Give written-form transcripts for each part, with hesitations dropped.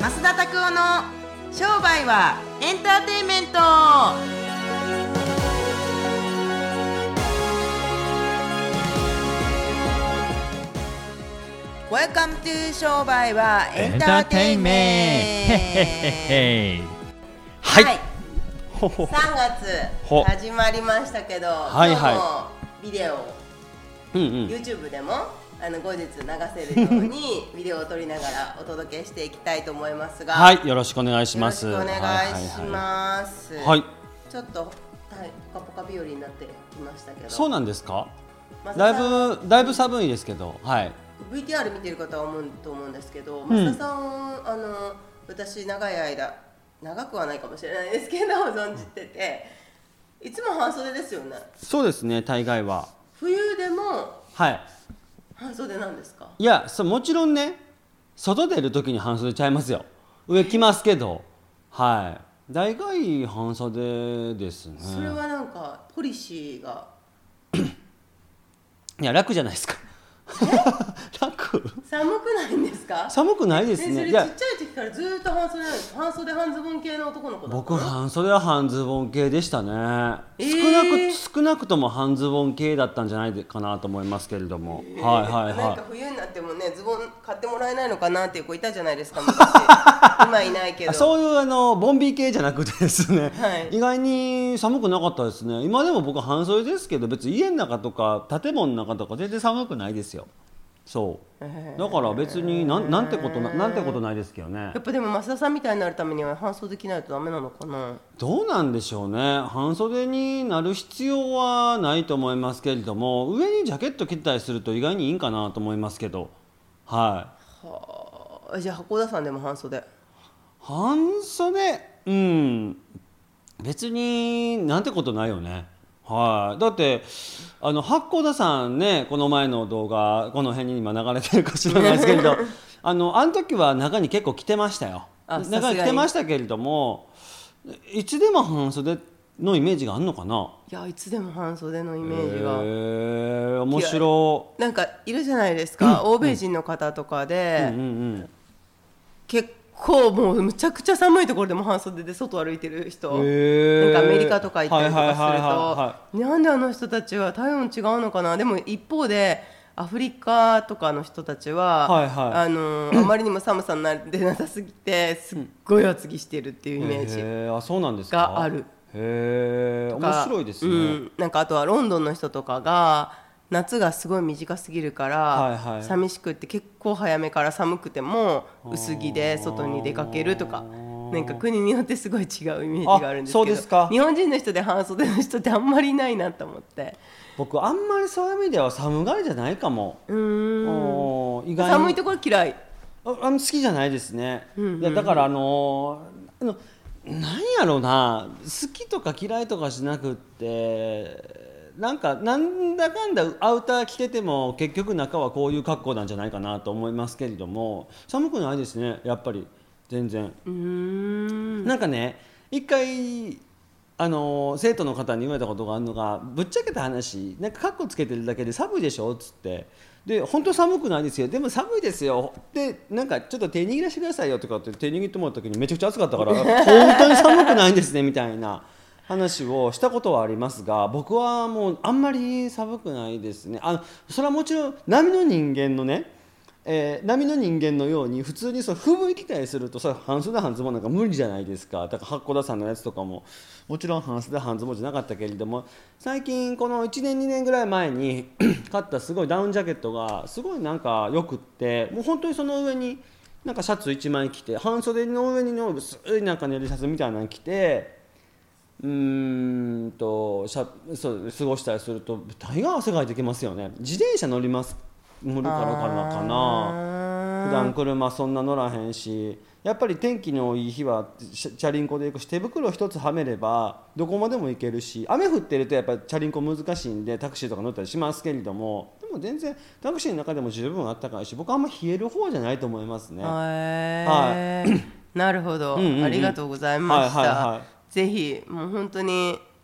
増田拓夫の商売はエンターテインメント。Welcome to 商売はエンターテインメント。はい、3月始まりましたけど、今日もビデオ、YouTube でも後日流せるようにビデオを撮りながらお届けしていきたいと思いますが、 はい、よろしくお願いします。 よろしくお願いします。 はい、 ちょっとポカポカ日和になってきましたけど。 そうなんですか。だいぶ寒いですけど、はい。 VTR 見てる方は思うと思うんですけど、増田さん、私長い間、長くはないかもしれないですけど存じてて、いつも半袖ですよね。 そうですね、大概は。 冬でもはい半袖なんですか。 いや、もちろんね、外出る時に半袖ちゃいますよ。上着ますけど、はい、大概半袖ですね。 それはなんかポリシーがいや、楽じゃないですか。楽。 寒くないんですか。 寒くないですね。 それちっちゃい時からずっと半袖なんです。半袖半ズボン系の男の子だった。 僕半袖は半ズボン系でしたね。少なくとも半ズボン系だったんじゃないかなと思いますけれども、 なんか冬になってもね、ズボン買ってもらえないのかなっていう子いたじゃないですか、昔。今いないけど。 そういうボンビー系じゃなくてですね、 はい、 意外に寒くなかったですね。今でも僕は半袖ですけど、別に家の中とか建物の中とか全然寒くないですよ。そうだから別になんてことないですけどね。 やっぱでも増田さんみたいになるためには半袖着ないとダメなのかな。 どうなんでしょうね。半袖になる必要はないと思いますけれども、上にジャケット着たりすると意外にいいんかなと思いますけど、はい。 じゃあ函館さんでも半袖別になんてことないよね。はい、だって八甲田山ね、この前の動画この辺に今流れてるか知らないですけれどあの時は中に結構着てましたよ。中に着てましたけれども、いつでも半袖のイメージがあるのかな。 いや、いつでも半袖のイメージは面白い。なんかいるじゃないですか、欧米人の方とかで、結構もうむちゃくちゃ寒いところでも半袖で外歩いてる人、なんかアメリカとか行ったりとかすると、なんであの人たちは体温違うのかな。でも一方でアフリカとかの人たちは、あまりにも寒さになってなさすぎてすっごい厚着してるっていうイメージそうなんですか。 がある。 面白いですね。 なんかあとはロンドンの人とかが夏がすごい短すぎるから、寂しくって結構早めから寒くても薄着で外に出かけるとか、なんか国によってすごい違うイメージがあるんですけど。 そうですか。 日本人の人で半袖の人ってあんまりいないなと思って。 僕あんまりそういう意味では寒がりじゃないかも。意外に寒いところ嫌い。 好きじゃないですね。だからなんやろうな、好きとか嫌いとかしなくって、なんだかんだアウター着てても結局中はこういう格好なんじゃないかなと思いますけれども、寒くないですね、やっぱり全然。なんかね、一回生徒の方に言われたことがあるのが、ぶっちゃけた話、なんか格好つけてるだけで寒いでしょっつって、で本当寒くないですよ、でも寒いですよ、でなんかちょっと手握らせてくださいよとかって手握ってもらった時にめちゃくちゃ暑かったから本当に寒くないんですねみたいな話をしたことはありますが、僕はもうあんまり寒くないですね。それはもちろん波の人間のね、波の人間のように普通に吹雪いたりするとそれ半袖半ズボンなんか無理じゃないですか。だから八甲田山のやつとかももちろん半袖半ズボンじゃなかったけれども、最近この1年2年ぐらい前に買ったすごいダウンジャケットがすごいなんかよくって、もう本当にその上になんかシャツ1枚着て、半袖の上に薄いなんかネルシャツみたいなの着て過ごしたりすると大概汗かいてきますよね。自転車乗るからかな。普段車そんな乗らへんし、やっぱり天気のいい日はチャリンコで行くし、手袋一つはめればどこまでも行けるし、雨降ってるとやっぱりチャリンコ難しいんでタクシーとか乗ったりしますけれども、でも全然タクシーの中でも十分あったかいし、僕はあんま冷える方じゃないと思いますね。 なるほど、ありがとうございました。ぜひもう本当に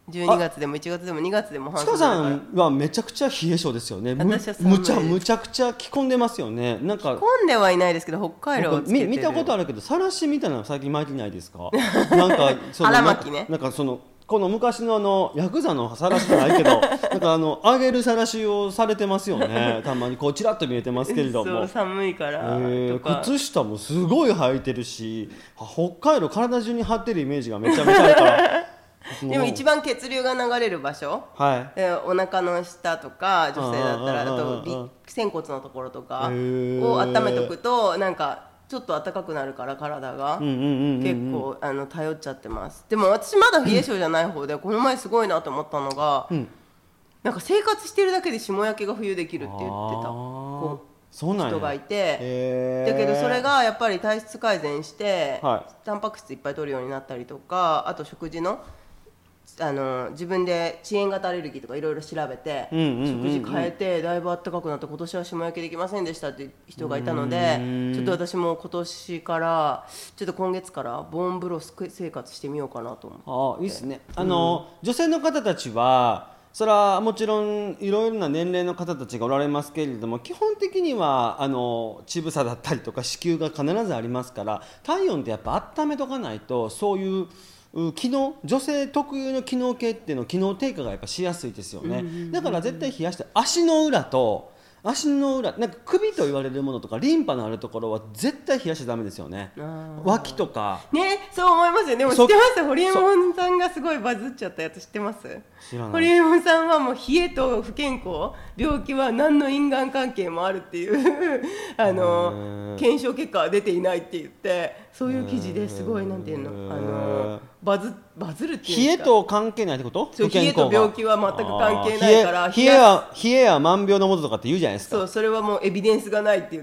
12月でも1月でも2月でも半ちか袖だから。 さんはめちゃくちゃ冷え性ですよね。 私は寒いですむちゃくちゃ着込んでますよね。なんか混んではいないですけど北海道をつけてる。 見たことあるけど、さらしみたいなの最近巻いてないですか？なんか腹巻きね。 なんかこの昔のヤクザのさらしじゃないけどなんか揚げるさらしをされてますよね。たまにこうちらっと見えてますけれども。 そう寒いからとか。 靴下もすごい履いてるし、北海道体中に張ってるイメージがめちゃめちゃあるからでも一番血流が流れる場所、 はい、 お腹の下とか女性だったらあと仙骨のところとかを温めておくとなんかちょっと暖かくなるから体が結構頼っちゃってます。でも私まだ冷え性じゃない方でこの前すごいなと思ったのが、なんか生活してるだけで霜焼けが冬できるって言ってた人がいて、だけどそれがやっぱり体質改善して、タンパク質いっぱい取るようになったりとか、あと食事の自分で遅延型アレルギーとかいろいろ調べて、食事変えてだいぶ暖かくなって今年は霜焼けできませんでしたって人がいたので、ちょっと私も今年からちょっと今月からボーンブロス生活してみようかなと思って。 いいですね。女性の方たちはそれはもちろんいろいろな年齢の方たちがおられますけれども、基本的には乳房だったりとか子宮が必ずありますから、体温ってやっぱ温めとかないとそういう機能、女性特有の機能系っていうの機能低下がやっぱしやすいですよね。だから絶対冷やして足の裏なんか首と言われるものとかリンパのあるところは絶対冷やしちゃダメですよね。脇とかね、そう思いますよ。でも知ってます？ホリエモンさんがすごいバズっちゃったやつ知ってます？ 知らない。 ホリエモンさんはもう冷えと不健康病気は何の因果関係もあるっていう検証結果は出ていないって言って、そういう記事ですごいなんていうのバズるっていう冷えと関係ないってこと？ そう、冷えと病気は全く関係ないから、 冷えは万病のもととかって言うじゃないですか。 そう、それはもうエビデンスがないって言って、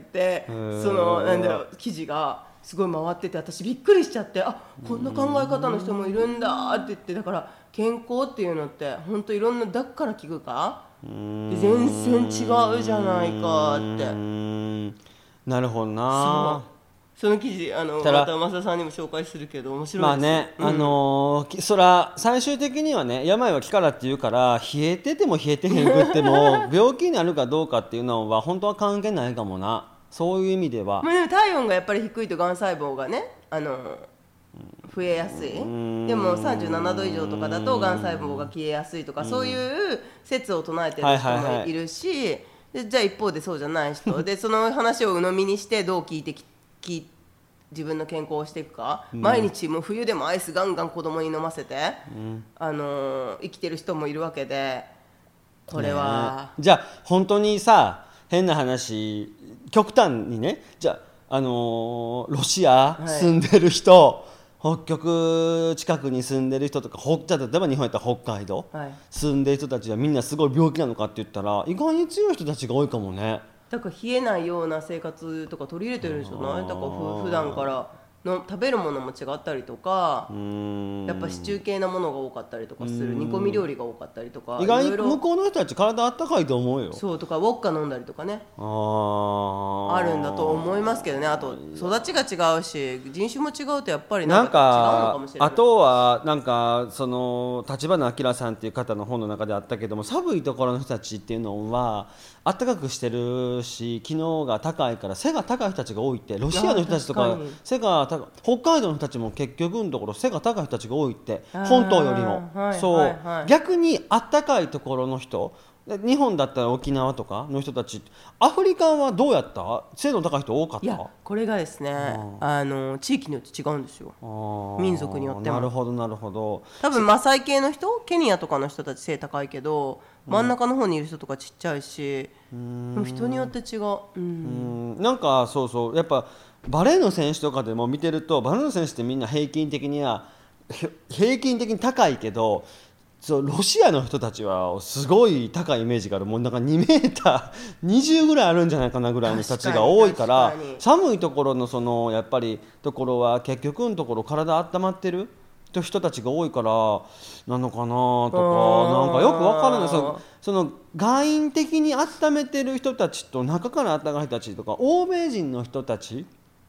なんだろう、記事がすごい回ってて、私びっくりしちゃって、あ、こんな考え方の人もいるんだって言って。だから健康っていうのって本当いろんな、だから聞くか全然違うじゃないかって。 なるほどな。 その記事また増田さんにも紹介するけど面白いです。 まあね、そら最終的にはね、病は気からっていうから、冷えてても冷えてへんくっても病気になるかどうかっていうのは本当は関係ないかもな。そういう意味では、 でも体温がやっぱり低いとがん細胞がね増えやすい。でも37度以上とかだとがん細胞が消えやすいとか、そういう説を唱えてる人もいるし、でじゃあ一方でそうじゃない人で、その話を鵜呑みにしてどう聞いて自分の健康をしていくか、毎日もう冬でもアイスガンガン子供に飲ませて、生きてる人もいるわけで、これは、 じゃあ本当にさ、変な話極端にね、じゃあ、ロシア住んでる人、北極近くに住んでる人とか、じゃあ例えば日本やったら北海道、住んでる人たちはみんなすごい病気なのかって言ったら意外に強い人たちが多いかもね。 だから冷えないような生活とか取り入れてるんじゃない？だから普段からの食べるものも違ったりとか、やっぱシチュー系なものが多かったりとかする、煮込み料理が多かったりとか、 意外に向こうの人たち体あったかいと思うよ。 そうとかウォッカ飲んだりとかね、あるんだと思いますけどね。あと育ちが違うし人種も違うとやっぱりなんか違うのかもしれない。 あとはなんかその立花明さんっていう方の本の中であったけども、寒いところの人たちっていうのはあったかくしてるし機能が高いから背が高い人たちが多いって。ロシアの人たちとか背が高い、北海道の人たちも結局のところ背が高い人たちが多いって、本島よりも。そう、逆にあったかいところの人、日本だったら沖縄とかの人たち、アフリカはどうやった？背の高い人多かった？ いや、これがですね、地域によって違うんですよ。民族によっても。 なるほどなるほど。 多分マサイ系の人、ケニアとかの人たち背高いけど、真ん中の方にいる人とかちっちゃいし、でも人によって違う。 なんかそうそう、やっぱバレーの選手とかでも見てると、バレーの選手ってみんな平均的に高いけど、ロシアの人たちはすごい高いイメージがある。もうなんか2メーター20ぐらいあるんじゃないかなぐらいの人たちが多いから、寒いところのやっぱりところは結局のところ体温まってる人たちが多いからなのかなとか、なんかよく分からない。その外因的に温めてる人たちと中から温かい人たちとか、欧米人の人たち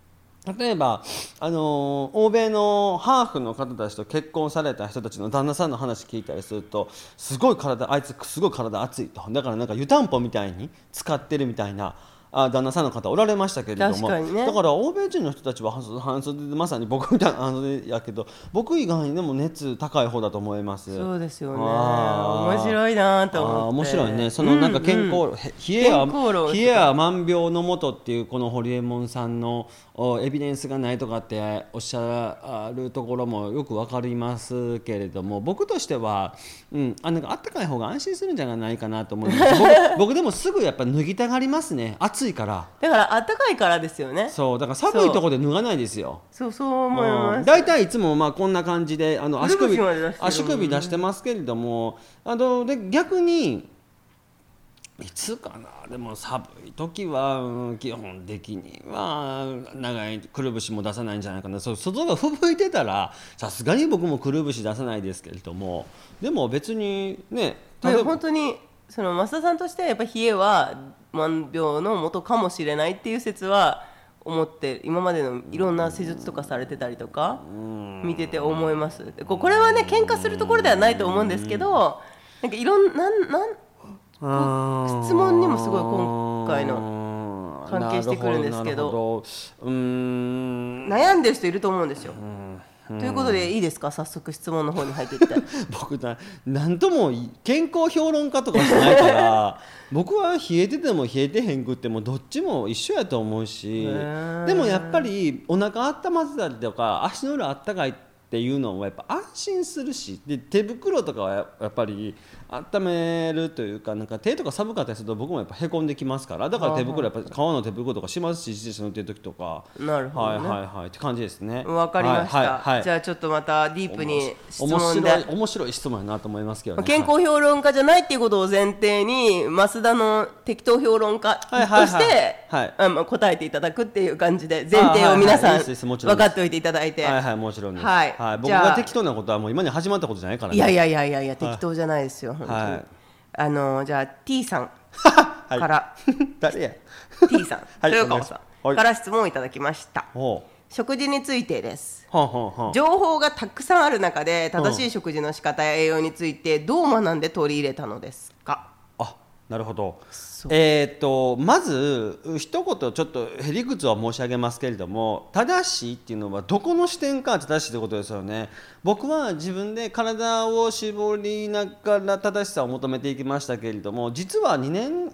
例えば、欧米のハーフの方たちと結婚された人たちの旦那さんの話聞いたりすると、あいつすごい体熱いと、だからなんか湯たんぽみたいに使ってるみたいな旦那さんの方おられましたけれども、 ね、 だから欧米人の人たちは半袖で、まさに僕みたいな半袖やけど、僕以外にでも熱高い方だと思います。 そうですよね。面白いなと思って。 面白いね。そのなんか健康、冷えや万病のもとっていうこのホリエモンさんのエビデンスがないとかっておっしゃるところもよくわかりますけれども、僕としては、なんかあったかい方が安心するんじゃないかなと思います。僕でもすぐやっぱ脱ぎたがりますね。暑いから。 だからあったかいからですよね。 そうだから寒いところで脱がないですよ。 そう思います。 だいたいいつもこんな感じで足首出してますけれども、で逆にいつかな、でも寒い時は、基本的には長いくるぶしも出さないんじゃないかな。外が吹雪いてたらさすがに僕もくるぶし出さないですけれども、でも別にね、 本当にその増田さんとしてはやっぱり冷えは万病の元かもしれないっていう説は思って、今までのいろんな施術とかされてたりとか見てて思います。これはね喧嘩するところではないと思うんですけど、なんかいろんな質問にもすごい今回の関係してくるんですけど、悩んでる人いると思うんですよ。ということでいいですか、早速質問の方に入っていきたい。 僕なんとも健康評論家とかじゃないから僕は冷えてても冷えてへんくってもどっちも一緒やと思うし、でもやっぱりお腹あったまってたりとか足の裏あったかいっていうのはやっぱ安心するし、で手袋とかはやっぱり温めるというか、なんか手とか寒かったりすると僕もやっぱへこんできますから、だから手袋やっぱ革の手袋とかしますし、自転車乗ってる時とか。 なるほどね。 って感じですね。 わかりました、じゃあちょっとまたディープに質問で面白い質問やなと思いますけどね。 健康評論家じゃないっていうことを前提に増田の適当評論家として答えていただくっていう感じで前提を皆さん分かっておいていただいて。 もちろんです。僕が適当なことはもう今に始まったことじゃないからね。 いや適当じゃないですよ本当に。じゃあ T さんから誰や T さん、豊川さんから質問をいただきました。食事についてです。情報がたくさんある中で正しい食事の仕方や栄養についてどう学んで取り入れたのですか？ なるほど。まず一言ちょっとへりくつは申し上げますけれども、正しいっていうのはどこの視点から正しいってことですよね。僕は自分で体を絞りながら正しさを求めていきましたけれども、実は1年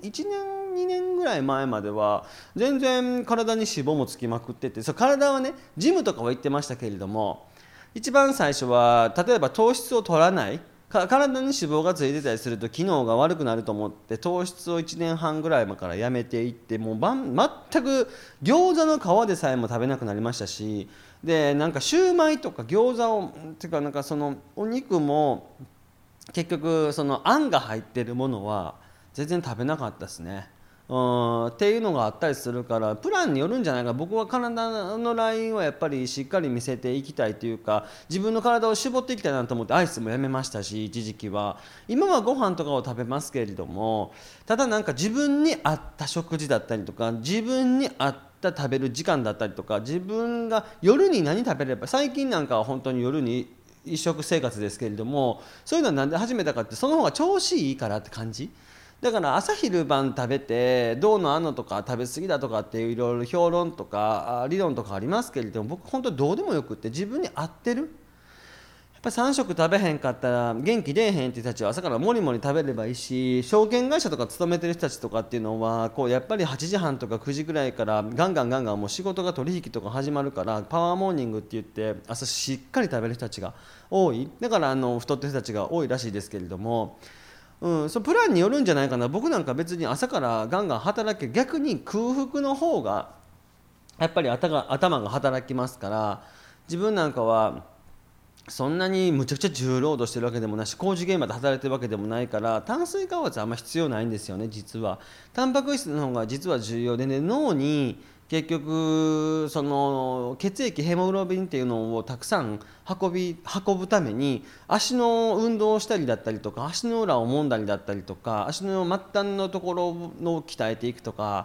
2年ぐらい前までは全然体に脂肪もつきまくってて、体はねジムとかは行ってましたけれども、一番最初は例えば糖質を取らない、体に脂肪がついてたりすると機能が悪くなると思って糖質を1年半ぐらい前からやめていって、もう全く餃子の皮でさえも食べなくなりましたし、でなんかシューマイとか餃子をてかなんかそのお肉も結局そのあんが入ってるものは全然食べなかったですね。っていうのがあったりするから、プランによるんじゃないか。僕は体のラインはやっぱりしっかり見せていきたいというか、自分の体を絞っていきたいなと思ってアイスもやめましたし、一時期は。今はご飯とかを食べますけれども、ただなんか自分に合った食事だったりとか、自分に合った食べる時間だったりとか、自分が夜に何食べれば、最近なんかは本当に夜に一食生活ですけれども、そういうのはなんで始めたかって、その方が調子いいからって感じだから。朝昼晩食べてどうのあのとか食べ過ぎだとかっていういろいろ評論とか理論とかありますけれども、僕本当にどうでもよくって、自分に合ってる。やっぱり3食食べへんかったら元気出えへんって人たちは朝からもりもり食べればいいし、証券会社とか勤めてる人たちとかっていうのはこうやっぱり8時半とか9時ぐらいからガンガンもう仕事が取引とか始まるから、パワーモーニングって言って朝しっかり食べる人たちが多い。だから太ってる人たちが多いらしいですけれども、そのプランによるんじゃないかな。僕なんか別に朝からガンガン働け、逆に空腹の方がやっぱり頭が働きますから、自分なんかはそんなにむちゃくちゃ重労働してるわけでもないし、工事現場で働いてるわけでもないから、炭水化物はあんま必要ないんですよね。実はタンパク質の方が実は重要でね、脳に結局その血液ヘモグロビンっていうのをたくさん運ぶために足の運動をしたりだったりとか、足の裏を揉んだりだったりとか、足の末端のところを鍛えていくとか、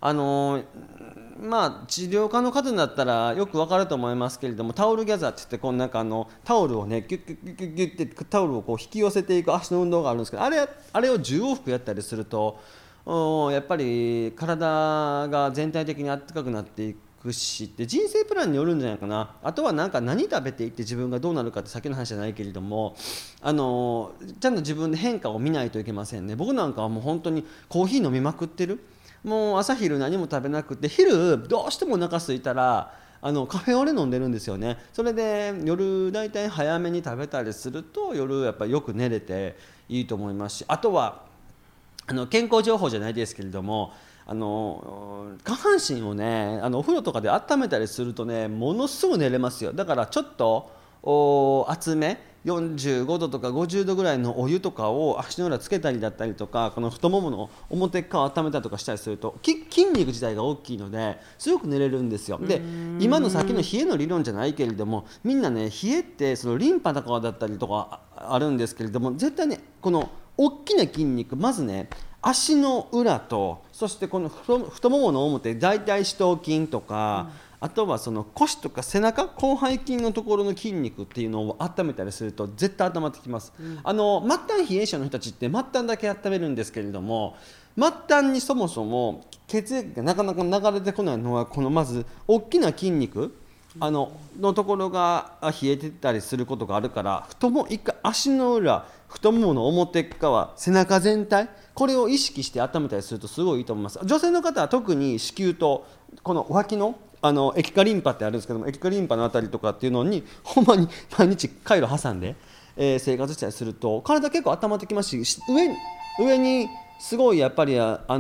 治療家の方だったらよくわかると思いますけれども、タオルギャザーって言ってこうなんかタオルをねギュッギュッギュッギュッギュッってタオルをこう引き寄せていく足の運動があるんですけど、あれを10往復やったりするとやっぱり体が全体的に温かくなっていくし、で人生プランによるんじゃないかな。あとはなんか何食べていって自分がどうなるかって先の話じゃないけれども、ちゃんと自分で変化を見ないといけませんね。僕なんかはもう本当にコーヒー飲みまくってる。もう朝昼何も食べなくて、昼どうしてもお腹空いたらカフェオレ飲んでるんですよね。それで夜だいたい早めに食べたりすると夜やっぱりよく寝れていいと思いますし、あとは健康情報じゃないですけれども、下半身をねお風呂とかで温めたりするとねものすぐ寝れますよ。だからちょっと厚め45度とか50度ぐらいのお湯とかを足の裏つけたりだったりとか、この太ももの表側を温めたりとかしたりすると筋肉自体が大きいのですごく寝れるんですよ。で今のさっきの冷えの理論じゃないけれども、みんなね冷えってそのリンパとかだったりとかあるんですけれども、絶対ねこの大きな筋肉、まずね足の裏と、そしてこの太ももの表、大腿四頭筋とか、あとはその腰とか背中広背筋のところの筋肉っていうのを温めたりすると絶対温まってきます。末端冷え性の人たちって末端だけ温めるんですけれども、末端にそもそも血液がなかなか流れてこないのはこのまず大きな筋肉のところが冷えてたりすることがあるから、一回足の裏、太ももの表側、背中全体、これを意識して温めたりするとすごいいいと思います。女性の方は特に子宮とこの脇の液化リンパってあるんですけども、液化リンパのあたりとかっていうのにほんまに毎日回路挟んで、生活したりすると体結構温まってきますし、上にすごいやっぱり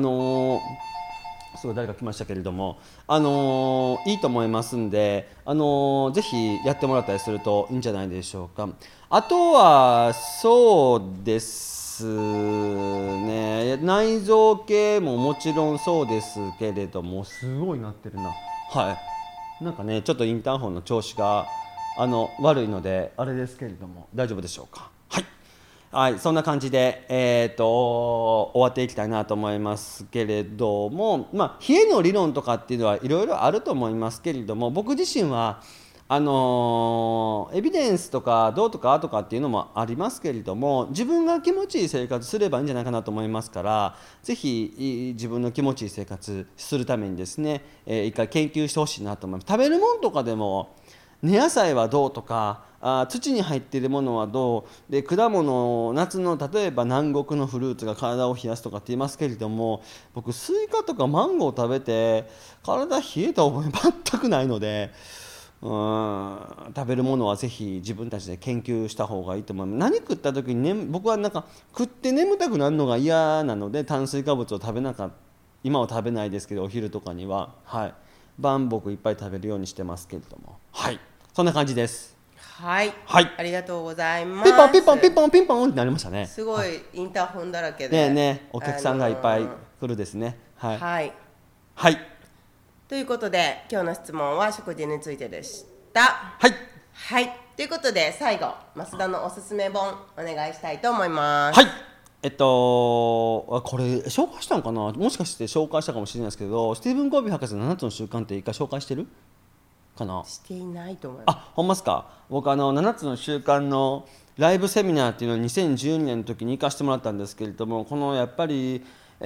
すごい誰か来ましたけれども、いいと思いますんで、ぜひやってもらったりするといいんじゃないでしょうか。あとはそうですね、内臓系ももちろんそうですけれども、すごいなってるな。はい、なんかねちょっとインターホンの調子が悪いのであれですけれども、大丈夫でしょうか。はい、そんな感じで、終わっていきたいなと思いますけれども、冷えの理論とかっていうのはいろいろあると思いますけれども、僕自身はエビデンスとかどうとかとかっていうのもありますけれども、自分が気持ちいい生活すればいいんじゃないかなと思いますから、ぜひ自分の気持ちいい生活するためにですね、一回研究してほしいなと思います。食べるものとかでも根野菜はどうとか、土に入っているものはどうで、果物、夏の例えば南国のフルーツが体を冷やすとかって言いますけれども、僕スイカとかマンゴーを食べて体冷えた覚え全くないので、食べるものはぜひ自分たちで研究した方がいいと思います。何食った時に、僕はなんか食って眠たくなるのが嫌なので、炭水化物を今は食べないですけど、お昼とかには、晩僕いっぱい食べるようにしてますけれども、そんな感じです。 はい、ありがとうございます。 ピンポンピンポンピンポンピンポンってなりましたね。 すごいインターホンだらけでお客さんがいっぱい来るですね。はい、 ということで今日の質問は食事についてでした。ということで最後、増田のおすすめ本お願いしたいと思います。 これ紹介したのかな、もしかして紹介したかもしれないですけど、スティーブン・コービー博士の7つの習慣って一回紹介してるかな。 していないと思います。 ほんますか。僕7つの習慣のライブセミナーっていうのを2012年の時に行かせてもらったんですけれども、このやっぱり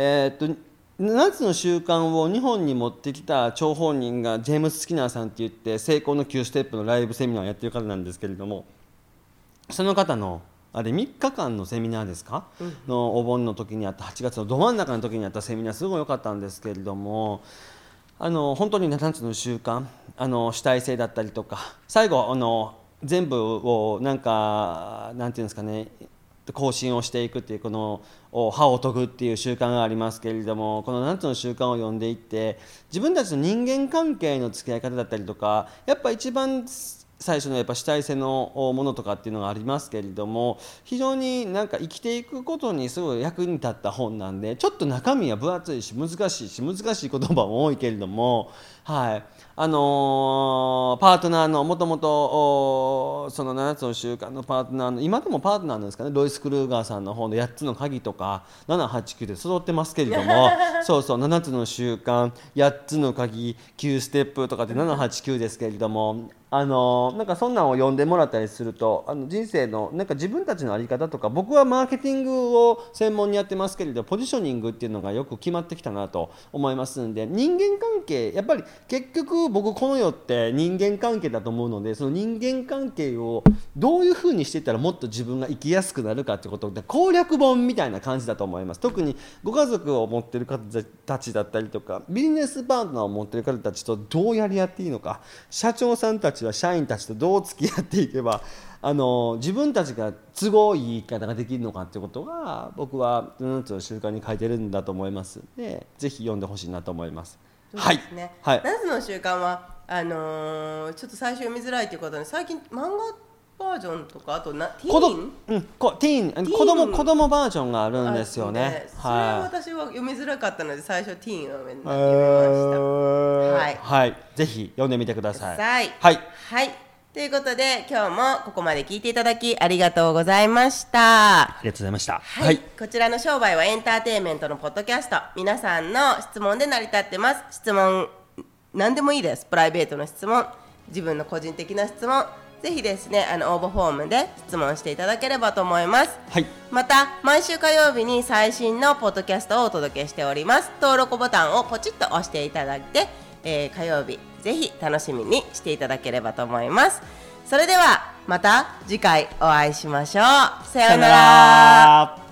7つの習慣を日本に持ってきた張本人がジェームス・スキナーさんって言って、成功の9ステップのライブセミナーをやってる方なんですけれども、その方の3日間のセミナーですか、のお盆の時にあった8月のど真ん中の時にあったセミナー、すごい良かったんですけれども、本当に7つの習慣、主体性だったりとか、最後全部をなんていうんですかね、更新をしていくっていう、この歯を研ぐっていう習慣がありますけれども、この7つの習慣を読んでいって、自分たちの人間関係の付き合い方だったりとか、やっぱ一番最初のやっぱ主体性のものとかっていうのがありますけれども、非常になんか生きていくことにすごい役に立った本なんで、ちょっと中身は分厚いし難しい言葉も多いけれども、はい、パートナーのもともとその7つの習慣のパートナーの、今でもパートナーなんですかね、ロイス・クルーガーさんの本で8つの鍵とか789で揃ってますけれどもそうそう、7つの習慣、8つの鍵、9ステップとかって789ですけれども、なんかそんなんを読んでもらったりすると、人生のなんか自分たちの在り方とか、僕はマーケティングを専門にやってますけれど、ポジショニングっていうのがよく決まってきたなと思いますんで、人間関係、やっぱり結局僕この世って人間関係だと思うので、その人間関係をどういうふうにしていったらもっと自分が生きやすくなるかってことで、攻略本みたいな感じだと思います。特にご家族を持っている方たちだったりとか、ビジネスパートナーを持っている方たちとどうやり合っていいのか、社長さんたちは社員たちとどう付き合っていけば自分たちが都合いい言い方ができるのかっていうことが、僕は7つの習慣に書いてるんだと思いますので、ぜひ読んでほしいなと思います。 そうですね、はい、7つの習慣はちょっと最初読みづらいということで、最近漫画バージョンとか、あとティーン、 子供バージョンがあるんですよね。 それは私は読みづらかったので、最初ティーンを読みました。 はい、ぜひ読んでみてください。 はい、ということで、今日もここまで聞いていただきありがとうございました。 ありがとうございました。 はい、こちらの商売はエンターテインメントのポッドキャスト、皆さんの質問で成り立ってます。質問何でもいいです。プライベートの質問、自分の個人的な質問、ぜひですね、応募フォームで質問していただければと思います。 はい、 また毎週火曜日に最新のポッドキャストをお届けしております。登録ボタンをポチッと押していただいて、火曜日ぜひ楽しみにしていただければと思います。それではまた次回お会いしましょう。さようなら。